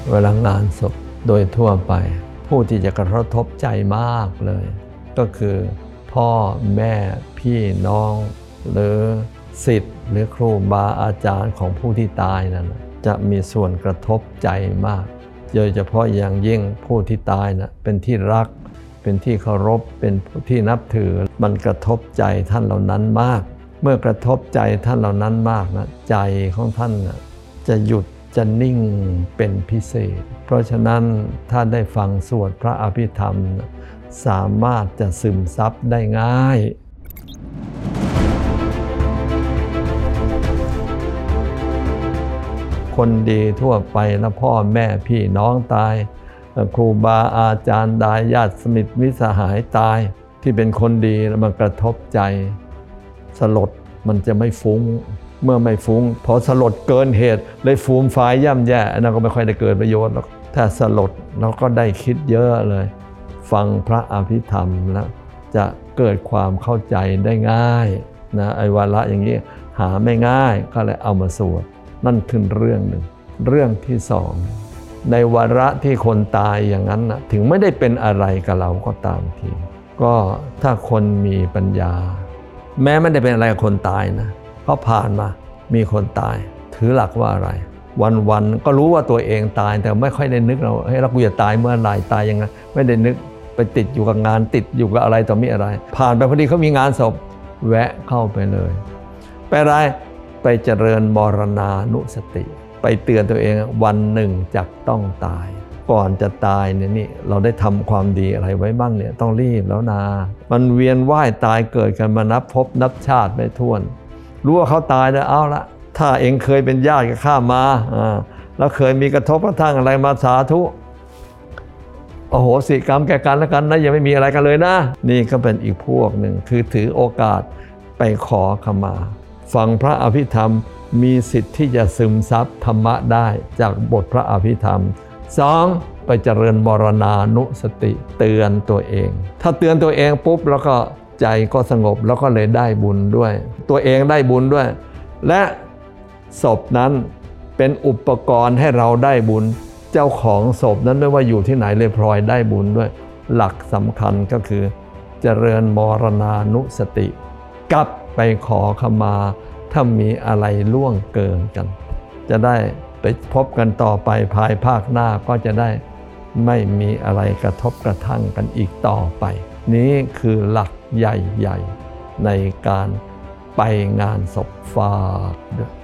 เวลางานศพโดยทั่วไปผู้ที่จะกระทบใจมากเลยก็คือพ่อแม่พี่น้องหรือศิษย์หรือครูบาอาจารย์ของผู้ที่ตายนั้นจะมีส่วนกระทบใจมากโดยเฉพาะอย่างยิ่งผู้ที่ตายนะเป็นที่รักเป็นที่เคารพเป็นผู้ที่นับถือมันกระทบใจท่านเหล่านั้นมากเมื่อกระทบใจท่านเหล่านั้นมากนะใจของท่านนะจะหยุดจะนิ่งเป็นพิเศษเพราะฉะนั้นถ้าได้ฟังสวดพระอภิธรรมนะสามารถจะซึมซับได้ง่ายคนดีทั่วไปนะพ่อแม่พี่น้องตายครูบาอาจารย์ตายญาติสนิทมิตรสหายตายที่เป็นคนดีมันกระทบใจสลดมันจะไม่ฟุ้งเมื่อไม่ฟุ้งพอสลดเกินเหตุเลยฟูมฟายย่ำแย่อันนั้นก็ไม่ค่อยได้เกิดประโยชน์หรอกถ้าสลดเราก็ได้คิดเยอะเลยฟังพระอภิธรรมแล้วจะเกิดความเข้าใจได้ง่ายนะไอ้วาระอย่างนี้หาไม่ง่ายก็เลยเอามาสวดนั่นคือเรื่องหนึ่งเรื่องที่สองในวาระที่คนตายอย่างนั้นนะถึงไม่ได้เป็นอะไรกับเราก็ตามทีก็ถ้าคนมีปัญญาแม้ไม่ได้เป็นอะไรกับคนตายนะเพราะผ่านมามีคนตายถือหลักว่าอะไรวันๆก็รู้ว่าตัวเองตายแต่ไม่ค่อยได้นึกเราให้เรากูจะตายเมื่อไหร่ตายยังไงไม่ได้นึกไปติดอยู่กับงานติดอยู่กับอะไรต่อมีอะไรผ่านไปพอดีเขามีงานศพแวะเข้าไปเลยไปอะไรไปเจริญมรณานุสติไปเตือนตัวเองวันหนึ่งจักต้องตายก่อนจะตายเนี่ยนี่เราได้ทำความดีอะไรไว้บ้างเนี่ยต้องรีบแล้วนะมันเวียนว่ายตายเกิดกันมานับภพนับชาติไม่ถ้วนรู้ว่าเขาตายแล้วเอาละถ้าเองเคยเป็นญาติกับข้ามาแล้วเคยมีกระทบกระทั่งอะไรมาสาธุโอ้โหสิกรรมแก่กันแล้วกันนะยังไม่มีอะไรกันเลยนะนี่ก็เป็นอีกพวกหนึ่งคือถือโอกาสไปขอขมาฟังพระอภิธรรมมีสิทธิ์ที่จะซึมซับธรรมะได้จากบทพระอภิธรรม2ไปเจริญมรณานุสติเตือนตัวเองถ้าเตือนตัวเองปุ๊บแล้วก็ใจก็สงบแล้วก็เลยได้บุญด้วยตัวเองได้บุญด้วยและศพนั้นเป็นอุปกรณ์ให้เราได้บุญเจ้าของศพนั้นไม่ว่าอยู่ที่ไหนเลยพลอยได้บุญด้วยหลักสำคัญก็คือเจริญมรณานุสติกับไปขอขมาถ้ามีอะไรล่วงเกินกันจะได้ไปพบกันต่อไปภายภาคหน้าก็จะได้ไม่มีอะไรกระทบกระทั่งกันอีกต่อไปนี้คือหลักใหญ่ๆในการไปงานศพฝากด้วย